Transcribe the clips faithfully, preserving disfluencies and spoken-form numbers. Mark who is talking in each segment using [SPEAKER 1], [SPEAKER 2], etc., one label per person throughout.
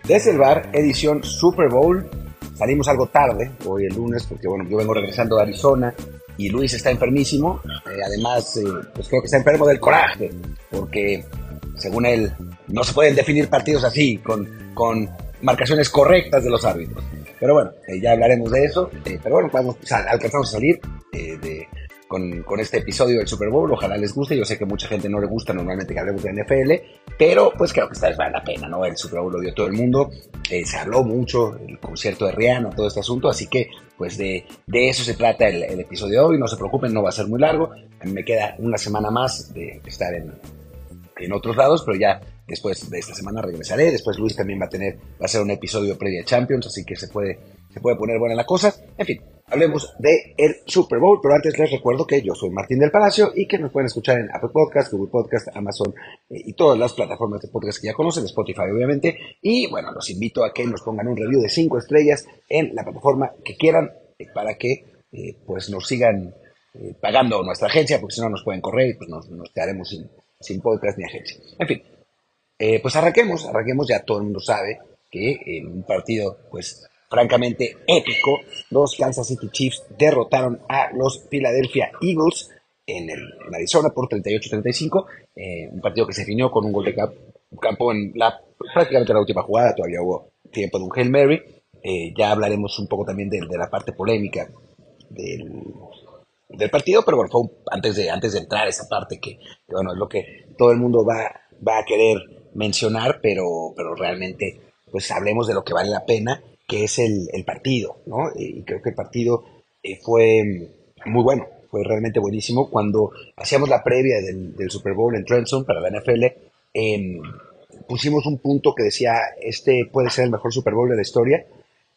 [SPEAKER 1] Desde el bar, edición Super Bowl. Salimos algo tarde, hoy el lunes, porque bueno, yo vengo regresando de Arizona y Luis está enfermísimo. Eh, además, eh, pues creo que está enfermo del coraje, porque según él, no se pueden definir partidos así, con, con marcaciones correctas de los árbitros. Pero bueno, eh, ya hablaremos de eso. Eh, pero bueno, vamos, o sea, alcanzamos a salir eh, de... Con, con este episodio del Super Bowl. Ojalá les guste. Yo sé que mucha gente no le gusta normalmente que hablemos de N F L, pero pues creo que esta vez vale la pena, ¿no? El Super Bowl lo vio todo el mundo, eh, se habló mucho, el concierto de Rihanna, todo este asunto, así que pues de, de eso se trata el, el episodio de hoy. No se preocupen, no va a ser muy largo. A mí me queda una semana más de estar en, en otros lados, pero ya después de esta semana regresaré. Después Luis también va a tener, va a ser un episodio previa Champions, así que se puede, se puede poner buena la cosa. En fin, hablemos de el Super Bowl, pero antes les recuerdo que yo soy Martín del Palacio y que nos pueden escuchar en Apple Podcast, Google Podcast, Amazon eh, y todas las plataformas de podcast que ya conocen, Spotify obviamente. Y bueno, los invito a que nos pongan un review de cinco estrellas en la plataforma que quieran eh, para que eh, pues nos sigan eh, pagando nuestra agencia, porque si no nos pueden correr y pues nos, nos quedaremos sin, sin podcast ni agencia. En fin, eh, pues arranquemos, arranquemos, ya todo el mundo sabe que en un partido pues francamente épico, los Kansas City Chiefs derrotaron a los Philadelphia Eagles en, el, en Arizona por treinta y ocho a treinta y cinco, eh, un partido que se definió con un gol de campo en la, prácticamente la última jugada. Todavía hubo tiempo de un Hail Mary. Eh, ya hablaremos un poco también de, de la parte polémica del, del partido, pero bueno, fue un, antes, de, antes de entrar a esa parte que, que bueno, es lo que todo el mundo va, va a querer mencionar, pero, pero realmente pues hablemos de lo que vale la pena, que es el, el partido, ¿no? Y creo que el partido eh, fue muy bueno, fue realmente buenísimo. Cuando hacíamos la previa del, del Super Bowl en Trenton para la N F L, eh, pusimos un punto que decía, este puede ser el mejor Super Bowl de la historia,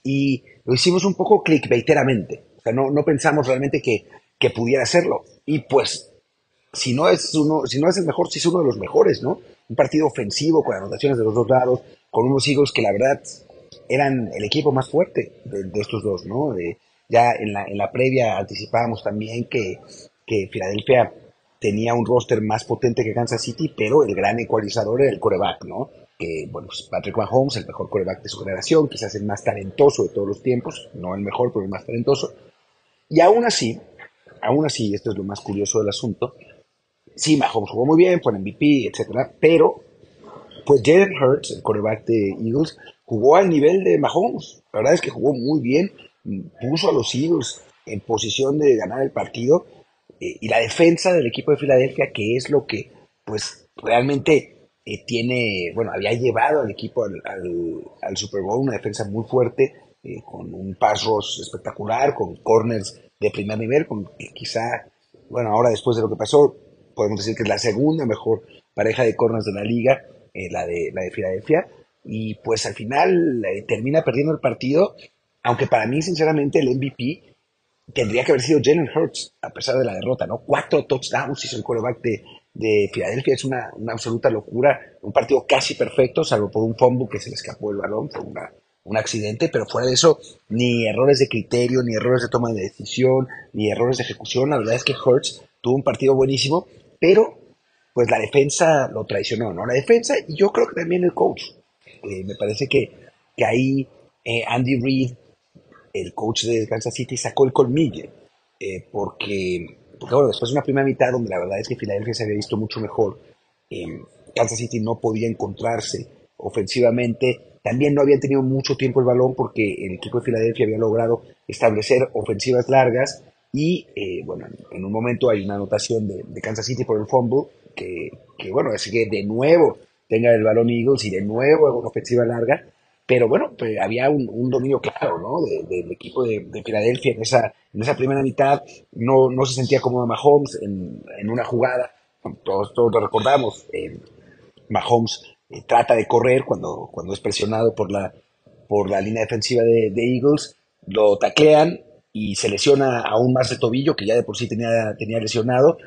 [SPEAKER 1] y lo hicimos un poco clickbaiteramente. O sea, no, no pensamos realmente que, que pudiera serlo. Y pues, si no es uno, si no es el mejor, sí es uno de los mejores, ¿no? Un partido ofensivo con anotaciones de los dos lados, con unos Eagles que la verdad eran el equipo más fuerte de, de estos dos, ¿no? De, ya en la, en la previa anticipábamos también que, que Filadelfia tenía un roster más potente que Kansas City, pero el gran ecualizador era el quarterback, ¿no? Que, bueno, pues Patrick Mahomes, el mejor quarterback de su generación, quizás el más talentoso de todos los tiempos, no el mejor, pero el más talentoso. Y aún así, aún así, esto es lo más curioso del asunto, sí, Mahomes jugó muy bien, fue el M V P, etcétera, pero pues Jalen Hurts, el quarterback de Eagles, jugó al nivel de Mahomes. La verdad es que jugó muy bien, puso a los Eagles en posición de ganar el partido, eh, y la defensa del equipo de Filadelfia, que es lo que pues realmente eh, tiene, bueno, había llevado al equipo al, al, al Super Bowl, una defensa muy fuerte, eh, con un pass rush espectacular, con corners de primer nivel, con quizá, bueno, ahora después de lo que pasó, podemos decir que es la segunda mejor pareja de corners de la liga, eh, la de la de Filadelfia, y pues al final eh, termina perdiendo el partido, aunque para mí sinceramente el M V P tendría que haber sido Jalen Hurts, a pesar de la derrota, ¿no? Cuatro touchdowns hizo el quarterback de, de Filadelfia, es una, una absoluta locura, un partido casi perfecto, salvo por un fumble que se le escapó el balón, fue una, un accidente, pero fuera de eso, ni errores de criterio, ni errores de toma de decisión, ni errores de ejecución. La verdad es que Hurts tuvo un partido buenísimo, pero pues la defensa lo traicionó, ¿no? La defensa, y yo creo que también el coach. Eh, me parece que, que ahí eh, Andy Reid, el coach de Kansas City, sacó el colmillo, eh, porque, porque bueno, después de una primera mitad donde la verdad es que Filadelfia se había visto mucho mejor, eh, Kansas City no podía encontrarse ofensivamente, también no habían tenido mucho tiempo el balón porque el equipo de Filadelfia había logrado establecer ofensivas largas y, eh, bueno, en un momento hay una anotación de, de Kansas City por el fumble, que, que bueno, así que de nuevo tenga el balón Eagles y de nuevo una ofensiva larga, pero bueno, pues había un, un dominio claro, ¿no? De, de, del equipo de, de Filadelfia en esa, en esa primera mitad. No, no se sentía cómodo Mahomes en, en una jugada, todos, todos lo recordamos. eh, Mahomes eh, trata de correr cuando, cuando es presionado por la, por la línea defensiva de, de Eagles, lo taclean y se lesiona aún más de tobillo, que ya de por sí tenía, tenía lesionado,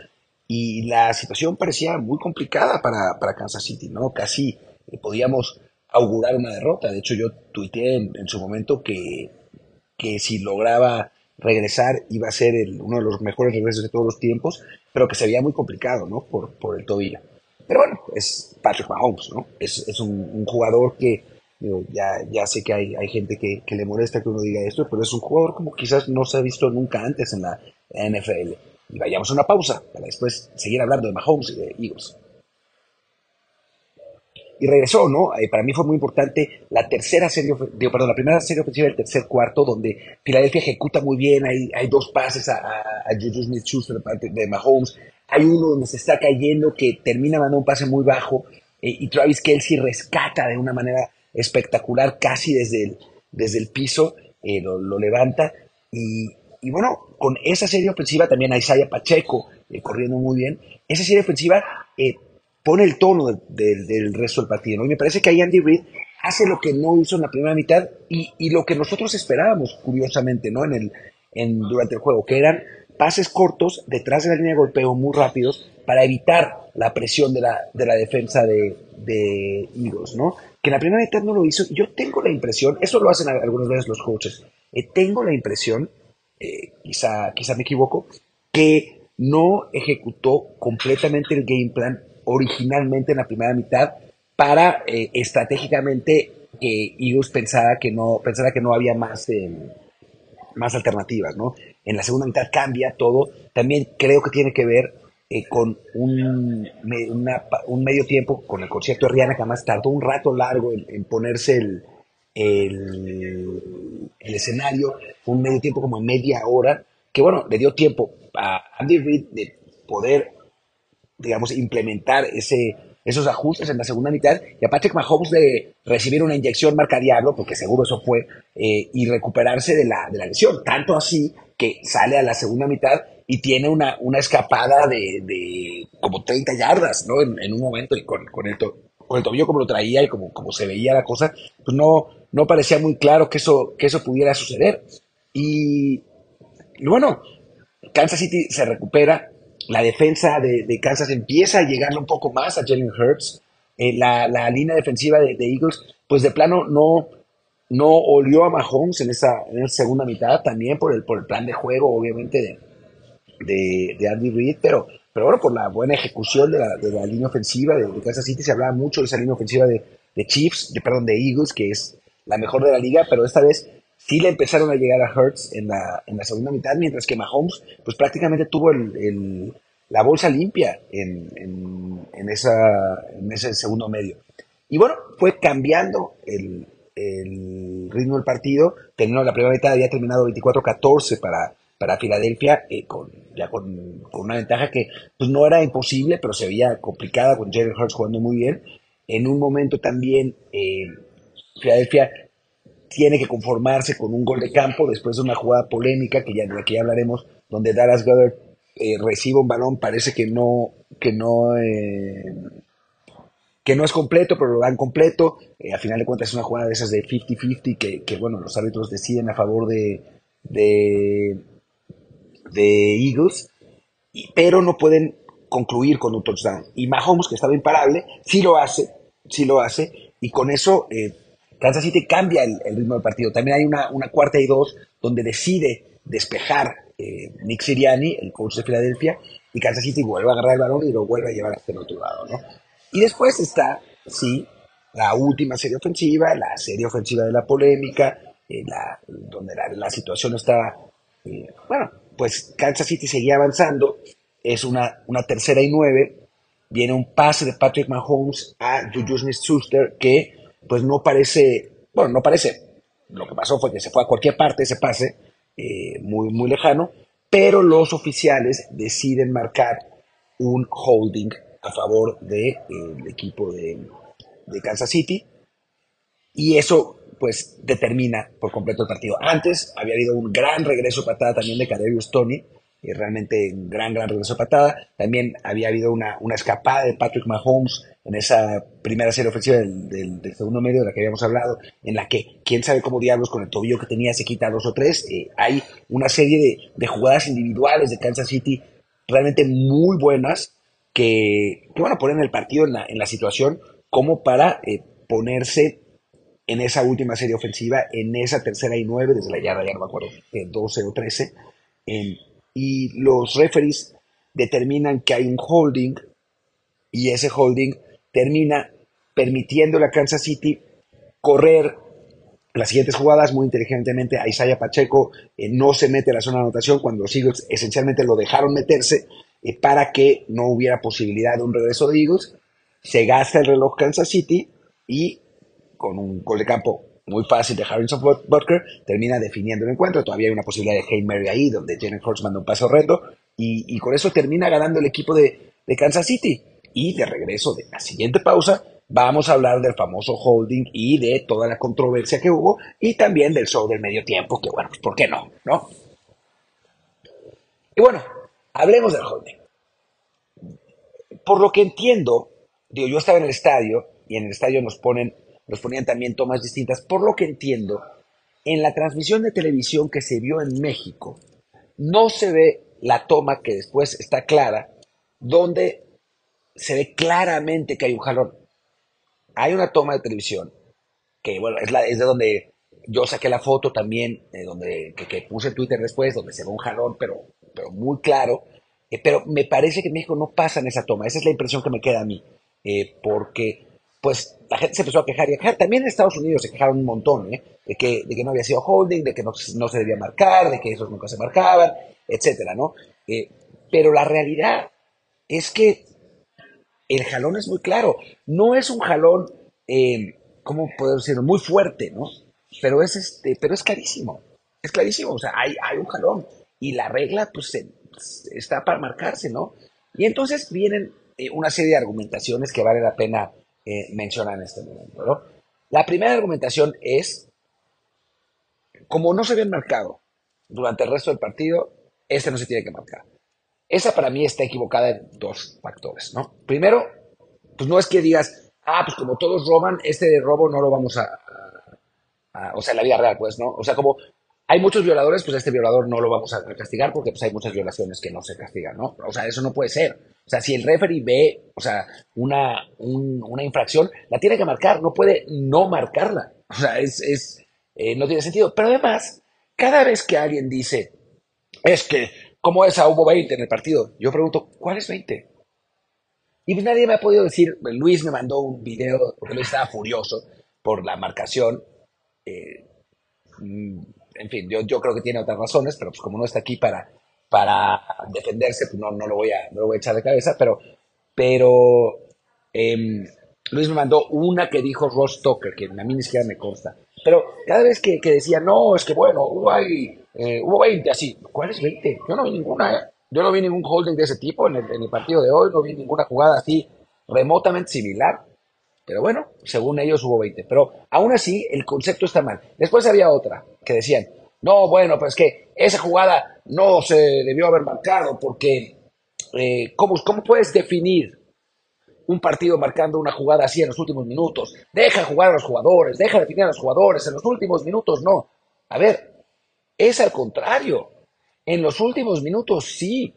[SPEAKER 1] y la situación parecía muy complicada para, para Kansas City, ¿no? Casi eh, podíamos augurar una derrota. De hecho, yo tuiteé en, en su momento que, que si lograba regresar iba a ser el, uno de los mejores regresos de todos los tiempos, pero que se veía muy complicado, ¿no? Por, por el tobillo. Pero bueno, es Patrick Mahomes, ¿no? Es, es un, un jugador que, Digo, ya, ya sé que hay, hay gente que, que le molesta que uno diga esto, pero es un jugador como quizás no se ha visto nunca antes en la N F L. Y vayamos a una pausa para después seguir hablando de Mahomes y de Eagles. Y regresó, ¿no? Eh, para mí fue muy importante la tercera serie, digo, perdón, la primera serie ofensiva del tercer cuarto, donde Filadelfia ejecuta muy bien, hay, hay dos pases a, a, a Juju Smith-Schuster de parte de Mahomes, hay uno donde se está cayendo que termina mandando un pase muy bajo, eh, y Travis Kelce rescata de una manera espectacular, casi desde el, desde el piso, eh, lo, lo levanta, y, y bueno, con esa serie ofensiva también a Isaiah Pacheco, eh, corriendo muy bien, esa serie ofensiva eh, pone el tono del, del, del resto del partido, ¿no? Y me parece que ahí Andy Reid hace lo que no hizo en la primera mitad y, y lo que nosotros esperábamos, curiosamente, ¿no? En el, en, durante el juego, que eran pases cortos detrás de la línea de golpeo muy rápidos para evitar la presión de la, de la defensa de, de Eagles, ¿no? Que en la primera mitad no lo hizo. Yo tengo la impresión, eso lo hacen algunas veces los coaches, eh, tengo la impresión, eh, quizá, quizá me equivoco, que no ejecutó completamente el game plan originalmente en la primera mitad para eh, estratégicamente que Eagles pensara que no, pensara que no había más, eh, más alternativas, ¿no? En la segunda mitad cambia todo. También creo que tiene que ver eh, con un, me, una, un medio tiempo, con el concierto de Rihanna, que además tardó un rato largo en, en ponerse el, el, el escenario. Fue un medio tiempo como en media hora, que bueno, le dio tiempo a Andy Reid de poder, digamos, implementar ese, esos ajustes en la segunda mitad y a Patrick Mahomes de recibir una inyección marca diablo, porque seguro eso fue, eh, y recuperarse de la, de la lesión. Tanto así que sale a la segunda mitad y tiene una, una escapada de, de como treinta yardas, ¿no? En, en un momento y con, con, el to, con el tobillo como lo traía y como, como se veía la cosa, pues no, no parecía muy claro que eso, que eso pudiera suceder. Y, y bueno, Kansas City se recupera, la defensa de, de Kansas empieza a llegarle un poco más a Jalen Hurts, eh, la, la línea defensiva de, de Eagles, pues de plano no, no olió a Mahomes en esa, en esa segunda mitad, también por el, por el plan de juego, obviamente, de, de, de Andy Reid, pero, pero bueno, por la buena ejecución de la, de la línea ofensiva de, de Kansas City. Se hablaba mucho de esa línea ofensiva de, de Chiefs, de, perdón, de Eagles, que es la mejor de la liga, pero esta vez sí le empezaron a llegar a Hurts en la, en la segunda mitad, mientras que Mahomes pues prácticamente tuvo el, el, la bolsa limpia en, en, en, esa, en ese segundo medio. Y bueno, fue cambiando el, el ritmo del partido. Terminó la primera mitad, había terminado veinticuatro catorce para, para Filadelfia, eh, con, ya con, con una ventaja que pues no era imposible, pero se veía complicada, con Jalen Hurts jugando muy bien. En un momento también eh, Filadelfia tiene que conformarse con un gol de campo después de una jugada polémica que ya, de la que ya hablaremos, donde Dallas Goedert eh, recibe un balón, parece que no, que no, eh, que no es completo, pero lo dan completo. Eh, a final de cuentas es una jugada de esas de cincuenta cincuenta que, que bueno, los árbitros deciden a favor de, de, de Eagles, y, pero no pueden concluir con un touchdown. Y Mahomes, que estaba imparable, sí lo hace, sí lo hace, y con eso eh, Kansas City cambia el, el ritmo del partido. También hay una, una cuarta y dos donde decide despejar eh, Nick Sirianni, el coach de Filadelfia, y Kansas City vuelve a agarrar el balón y lo vuelve a llevar hasta el otro lado, ¿no? Y después está, sí, la última serie ofensiva, la serie ofensiva de la polémica, eh, la, donde la, la situación está, eh, bueno, pues Kansas City seguía avanzando, es una, una tercera y nueve, viene un pase de Patrick Mahomes a Juju Smith-Schuster que pues no parece, bueno, no parece, lo que pasó fue que se fue a cualquier parte ese pase, eh, muy, muy lejano, pero los oficiales deciden marcar un holding a favor del de, equipo de, de Kansas City, y eso pues determina por completo el partido. Antes había habido un gran regreso patada también de Kadarius Toney, y realmente un gran, gran regreso patada. También había habido una, una escapada de Patrick Mahomes en esa primera serie ofensiva del, del, del segundo medio de la que habíamos hablado, en la que quién sabe cómo diablos con el tobillo que tenía se quita dos o tres. Eh, hay una serie de, de jugadas individuales de Kansas City realmente muy buenas que, que bueno, ponen el partido en la, en la situación como para eh, ponerse en esa última serie ofensiva, en esa tercera y nueve, desde la yarda, ya no me acuerdo, eh, doce o trece, eh, y los referees determinan que hay un holding, y ese holding termina permitiéndole a Kansas City correr las siguientes jugadas muy inteligentemente. A Isaiah Pacheco eh, no se mete a la zona de anotación cuando los Eagles esencialmente lo dejaron meterse eh, para que no hubiera posibilidad de un regreso de Eagles. Se gasta el reloj Kansas City y con un gol de campo muy fácil de Harrison Butker termina definiendo el encuentro. Todavía hay una posibilidad de Hail Mary ahí, donde Jalen Hurts manda un pase horrendo y, y con eso termina ganando el equipo de, de Kansas City. Y de regreso de la siguiente pausa vamos a hablar del famoso holding y de toda la controversia que hubo y también del show del medio tiempo, que bueno, pues ¿por qué no? ¿no? Y bueno, hablemos del holding. Por lo que entiendo, digo, yo estaba en el estadio y en el estadio nos ponen, nos ponían también tomas distintas. Por lo que entiendo, en la transmisión de televisión que se vio en México, no se ve la toma que después está clara, donde se ve claramente que hay un jalón. Hay una toma de televisión que, bueno, es, la, es de donde yo saqué la foto también, eh, donde, que, que puse en Twitter después, donde se ve un jalón, pero, pero muy claro. Eh, pero me parece que en México no pasa en esa toma. Esa es la impresión que me queda a mí. Eh, porque, pues, la gente se empezó a quejar y a quejar. También en Estados Unidos se quejaron un montón, ¿eh? De que, de que no había sido holding, de que no, no se debía marcar, de que esos nunca se marcaban, etcétera, ¿no? Eh, pero la realidad es que el jalón es muy claro. No es un jalón, eh, ¿cómo puedo decirlo? Muy fuerte, ¿no? Pero es, este, pero es clarísimo. Es clarísimo. O sea, hay, hay un jalón. Y la regla, pues, se- está para marcarse, ¿no? Y entonces vienen eh, una serie de argumentaciones que vale la pena eh, mencionar en este momento, ¿no? La primera argumentación es, como no se habían marcado durante el resto del partido, este no se tiene que marcar. Esa para mí está equivocada en dos factores, ¿no? Primero, pues no es que digas, ah, pues como todos roban, este de robo no lo vamos a, a- o sea, en la vida real, pues, ¿no? O sea, como hay muchos violadores, pues este violador no lo vamos a castigar porque pues hay muchas violaciones que no se castigan, ¿no? O sea, eso no puede ser. O sea, si el referee ve, o sea, una, un- una infracción, la tiene que marcar, no puede no marcarla. O sea, es, es, eh, no tiene sentido. Pero además, cada vez que alguien dice, es que, como esa hubo veinte en el partido, yo pregunto, ¿cuál es veinte? Y pues nadie me ha podido decir, Luis me mandó un video porque Luis estaba furioso por la marcación. eh, mm, en fin, yo, yo creo que tiene otras razones, pero pues como no está aquí para, para defenderse, pues no, no, lo voy a, no lo voy a echar de cabeza, pero, pero em, Luis me mandó una que dijo Ross Tucker, que a mí ni siquiera me consta. Pero cada vez que, que decía, no, es que bueno, hubo, ahí, eh, hubo veinte así. ¿Cuál es veinte? Yo no vi ninguna, ¿eh? Yo no vi ningún holding de ese tipo en el, en el partido de hoy, no vi ninguna jugada así remotamente similar. Pero bueno, según ellos hubo veinte. Pero aún así, el concepto está mal. Después había otra que decían, no, bueno, pues que esa jugada no se debió haber marcado porque, eh, ¿cómo, ¿cómo puedes definir un partido marcando una jugada así en los últimos minutos? Deja jugar a los jugadores, deja definir a los jugadores, en los últimos minutos no. A ver, es al contrario. En los últimos minutos sí.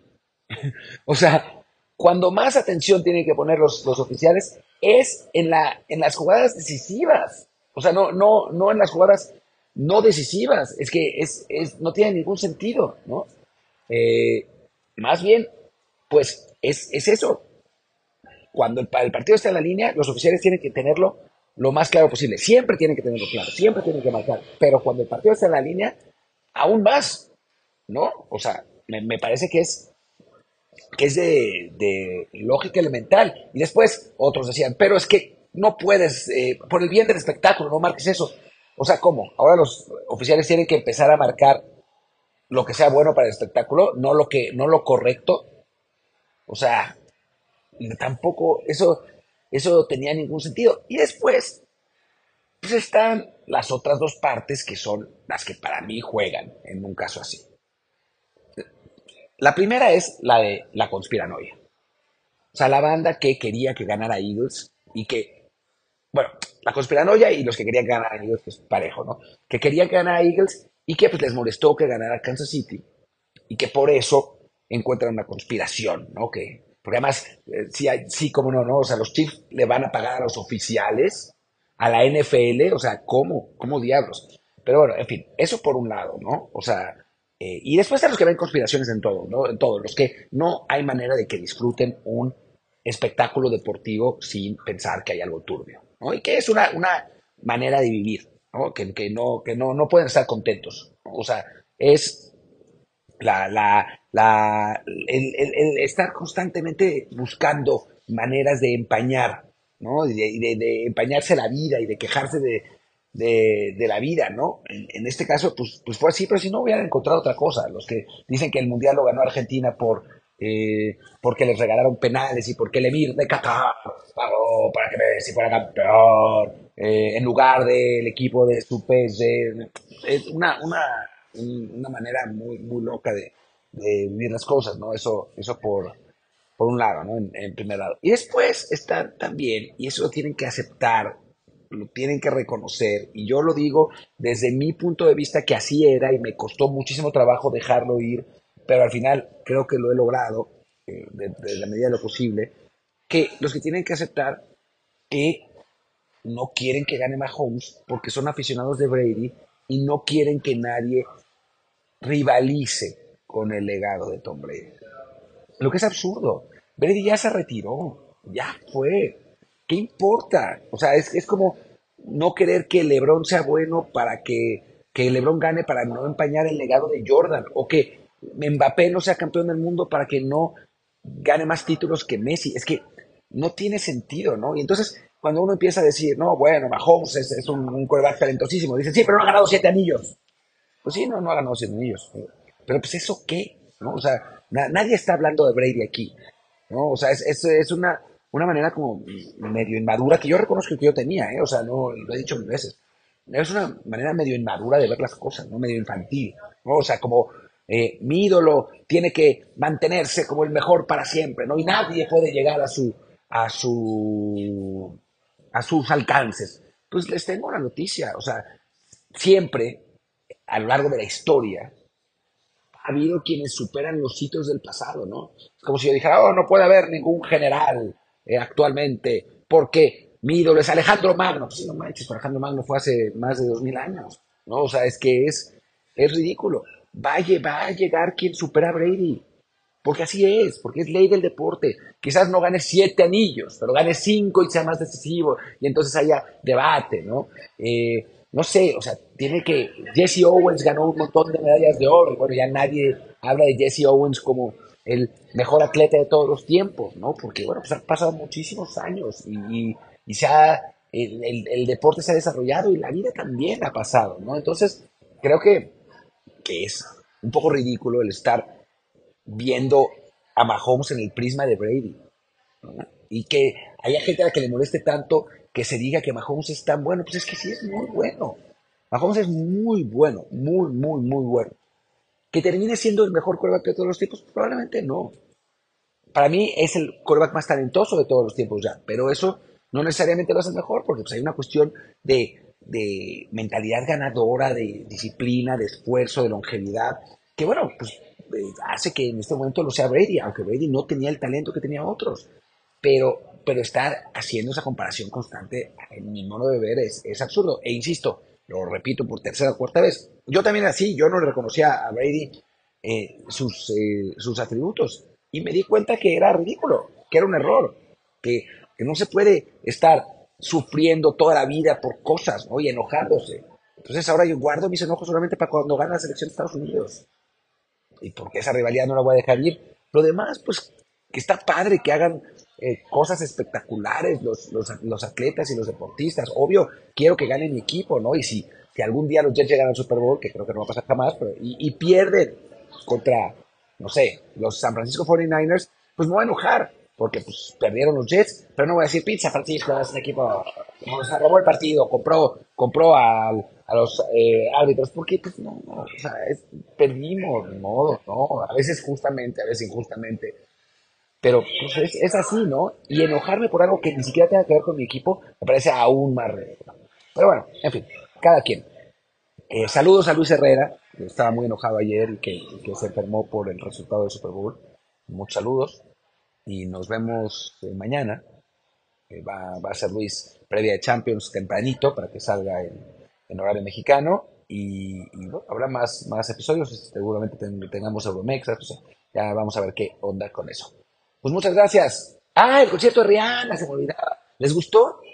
[SPEAKER 1] O sea, cuando más atención tienen que poner los, los oficiales es en, la, en las jugadas decisivas. O sea, no, no, no en las jugadas no decisivas. Es que es, es, no tiene ningún sentido, ¿no? Eh, Más bien, pues es, es eso. Cuando el, el partido está en la línea, los oficiales tienen que tenerlo lo más claro posible. Siempre tienen que tenerlo claro, siempre tienen que marcar. Pero cuando el partido está en la línea, aún más, ¿no? O sea, me, me parece que es que es de, de lógica elemental. Y después otros decían, pero es que no puedes, eh, por el bien del espectáculo, no marques eso. O sea, ¿cómo? Ahora los oficiales tienen que empezar a marcar lo que sea bueno para el espectáculo, no lo que, no lo correcto. O sea, tampoco eso, eso tenía ningún sentido. Y después, pues están las otras dos partes que son las que para mí juegan en un caso así. La primera es la de la conspiranoia. O sea, la banda que quería que ganara Eagles y que, bueno, la conspiranoia y los que querían ganar a Eagles, pues parejo, ¿no? Que querían que ganara Eagles y que pues les molestó que ganara Kansas City y que por eso encuentran una conspiración, ¿no? Que, porque además, eh, sí, hay- sí, cómo no, ¿no? O sea, los Chiefs le van a pagar a los oficiales, a la N F L, o sea, ¿cómo? ¿Cómo diablos? Pero bueno, en fin, eso por un lado, ¿no? O sea, eh, y después están los que ven conspiraciones en todo, ¿no? En todo, los que no hay manera de que disfruten un espectáculo deportivo sin pensar que hay algo turbio, ¿no? Y que es una, una, manera de vivir, ¿no? Que, que no, que no, no pueden estar contentos, ¿no? O sea, es la, la, la, el, el- el estar constantemente buscando maneras de empañar, ¿no? Y de, y de- de empañarse la vida y de quejarse de, de, de la vida, ¿no? En, en este caso, pues, pues fue así, pero si no hubieran encontrado otra cosa. Los que dicen que el Mundial lo ganó Argentina por, eh, porque les regalaron penales y porque el Emir de Qatar pagó para que Messi fuera campeón, eh, en lugar del equipo de su P S G. Es una, una, una manera muy, muy loca de, de vivir las cosas, ¿no? Eso, eso por, por un lado, ¿no? En, en primer lado. Y después está también, y eso lo tienen que aceptar, lo tienen que reconocer, y yo lo digo desde mi punto de vista que así era y me costó muchísimo trabajo dejarlo ir, pero al final creo que lo he logrado, eh, de, de la medida de lo posible, que los que tienen que aceptar que no quieren que gane Mahomes porque son aficionados de Brady y no quieren que nadie rivalice con el legado de Tom Brady. Lo que es absurdo. Brady ya se retiró, ya fue. ¿Qué importa? O sea, es, es como no querer que LeBron sea bueno para que, que LeBron gane para no empañar el legado de Jordan, o que Mbappé no sea campeón del mundo para que no gane más títulos que Messi. Es que no tiene sentido, ¿no? Y entonces, cuando uno empieza a decir, no, bueno, Mahomes es, es un, un quarterback talentosísimo, dice, sí, pero no ha ganado siete anillos. Pues sí, no, no ha ganado siete anillos. Pero pues eso qué, ¿no? O sea, na- nadie está hablando de Brady aquí, ¿no? O sea, es, es, es una, una manera como medio inmadura que yo reconozco que yo tenía, ¿eh? O sea, no, lo he dicho mil veces. Es una manera medio inmadura de ver las cosas, ¿no? Medio infantil, ¿no? O sea, como eh, mi ídolo tiene que mantenerse como el mejor para siempre, ¿no? Y nadie puede llegar a su, a su, a sus alcances. Pues les tengo una noticia, o sea, siempre a lo largo de la historia ha habido quienes superan los hitos del pasado, ¿no? Es como si yo dijera, oh, no puede haber ningún general eh, actualmente, porque mi ídolo es Alejandro Magno. Pues sí, no manches, pero Alejandro Magno fue hace más de dos mil años, ¿no? O sea, es que es, es ridículo. Va a, lle- va a llegar quien supera a Brady, porque así es, porque es ley del deporte. Quizás no gane siete anillos, pero gane cinco y sea más decisivo, y entonces haya debate, ¿no? Eh, no sé, o sea, tiene que. Jesse Owens ganó un montón de medallas de oro, y bueno, ya nadie habla de Jesse Owens como el mejor atleta de todos los tiempos, ¿no? Porque, bueno, pues han pasado muchísimos años y, y, y se ha, el, el, el deporte se ha desarrollado y la vida también ha pasado, ¿no? Entonces, creo que, que es un poco ridículo el estar viendo a Mahomes en el prisma de Brady, ¿no? Y que haya gente a la que le moleste tanto que se diga que Mahomes es tan bueno, pues es que sí es muy bueno. Mahomes es muy bueno, muy, muy, muy bueno. Que termine siendo el mejor quarterback de todos los tiempos, probablemente no. Para mí es el quarterback más talentoso de todos los tiempos ya, pero eso no necesariamente lo hace el mejor, porque pues, hay una cuestión de, de mentalidad ganadora, de disciplina, de esfuerzo, de longevidad, que bueno, pues eh, hace que en este momento lo sea Brady, aunque Brady no tenía el talento que tenía otros, pero, pero estar haciendo esa comparación constante, en mi modo de ver, es, es absurdo. E insisto, lo repito por tercera o cuarta vez, yo también así, yo no le reconocía a Brady eh, sus, eh, sus atributos. Y me di cuenta que era ridículo, que era un error, que, que no se puede estar sufriendo toda la vida por cosas, ¿no? Y enojándose. Entonces ahora yo guardo mis enojos solamente para cuando gana la selección de Estados Unidos. Y porque esa rivalidad no la voy a dejar ir. Lo demás, pues, que está padre que hagan eh, cosas espectaculares los, los, los atletas y los deportistas. Obvio, quiero que gane mi equipo, ¿no? Y si, si algún día los Jets llegan al Super Bowl, que creo que no va a pasar jamás, pero, y, y pierden contra, no sé, los San Francisco cuarenta y nueve ers, pues me voy a enojar, porque pues perdieron los Jets, pero no voy a decir, pizza, Francisco, es un equipo, nos robó el partido, compró, compró al, a los eh, árbitros, porque pues no, no, o sea, es- perdimos, de modo, ¿no? A veces justamente, a veces injustamente, pero pues es, es así, ¿no? Y enojarme por algo que ni siquiera tenga que ver con mi equipo, me parece aún más ridículo. Pero bueno, en fin, cada quien. Eh, saludos a Luis Herrera, que estaba muy enojado ayer y que, que se enfermó por el resultado del Super Bowl. Muchos saludos y nos vemos eh, mañana. Eh, va, va a ser Luis previa de Champions tempranito para que salga en, en horario mexicano y, y, bueno, habrá más, más episodios, seguramente ten- tengamos Euromexas, o sea, ya vamos a ver qué onda con eso. Pues muchas gracias. Ah, el concierto de Rihanna, se me olvidaba. ¿Les gustó?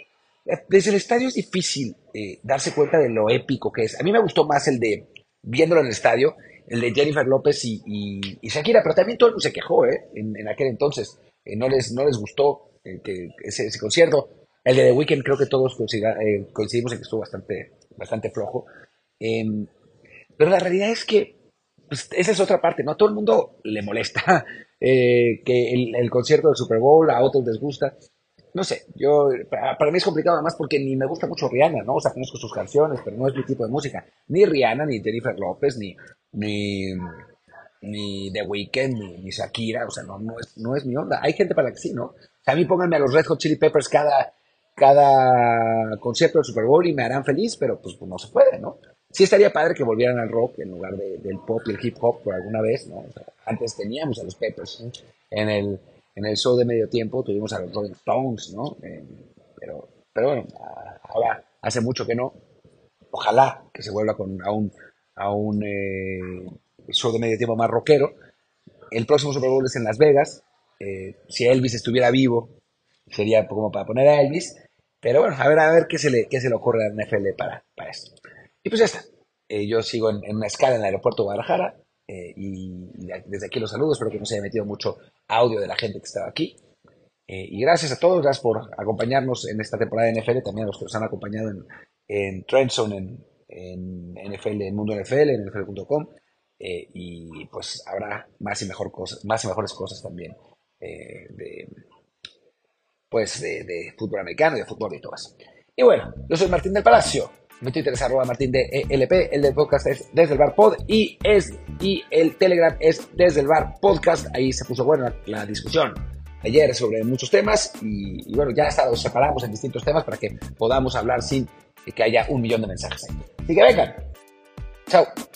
[SPEAKER 1] desde el estadio es difícil eh, darse cuenta de lo épico que es. A mí me gustó más el de, viéndolo en el estadio, el de Jennifer López y, y, y Shakira, pero también todo el mundo se quejó, ¿eh? En, en aquel entonces. Eh, no, les, no les gustó eh, que, ese, ese concierto. El de The Weeknd creo que todos coincida, eh, coincidimos en que estuvo bastante, bastante flojo. Eh, pero la realidad es que pues, esa es otra parte, ¿no? A todo el mundo le molesta eh, que el, el concierto del Super Bowl, a otros les gusta. No sé, yo, para, para mí es complicado además porque ni me gusta mucho Rihanna, ¿no? O sea, conozco sus canciones, pero no es mi tipo de música. Ni Rihanna, ni Jennifer López, ni, ni, ni The Weeknd, ni, ni Shakira, o sea, no, no, es, no es mi onda. Hay gente para la que sí, ¿no? O sea, a mí pónganme a los Red Hot Chili Peppers cada, cada concierto del Super Bowl y me harán feliz, pero pues, pues no se puede, ¿no? Sí estaría padre que volvieran al rock en lugar de, del pop y el hip hop por alguna vez, ¿no? O sea, antes teníamos a los Peppers, ¿no? en el en el show de medio tiempo tuvimos a los Rolling Stones, ¿no? Eh, pero, pero bueno, ahora hace mucho que no. Ojalá que se vuelva con, a un, a un eh, show de medio tiempo más rockero. El próximo Super Bowl es en Las Vegas. Eh, si Elvis estuviera vivo, sería como para poner a Elvis. Pero bueno, a ver, a ver qué se le, qué se le ocurre a la N F L para, para esto. Y pues ya está. Eh, yo sigo en, en una escala en el aeropuerto de Guadalajara. Eh, y, y desde aquí los saludos. Espero que no se haya metido mucho audio de la gente que estaba aquí. Eh, y gracias a todos, gracias por acompañarnos en esta temporada de N F L, también a los que nos han acompañado en, en Trendzone, en, en N F L, en Mundo N F L, en N F L punto com. Eh, y pues habrá más y, mejor cosas, más y mejores cosas también eh, de, pues de, de fútbol americano y de fútbol y todo eso. Y bueno, yo soy Martín del Palacio. Mi Twitter es arroba Martín de E L P, el del podcast es Desde el Bar Pod y, es, y el Telegram es Desde el Bar Podcast. Ahí se puso buena la, la discusión ayer sobre muchos temas y, y bueno, ya hasta los separamos en distintos temas para que podamos hablar sin que haya un millón de mensajes ahí. Así que vengan. Chao.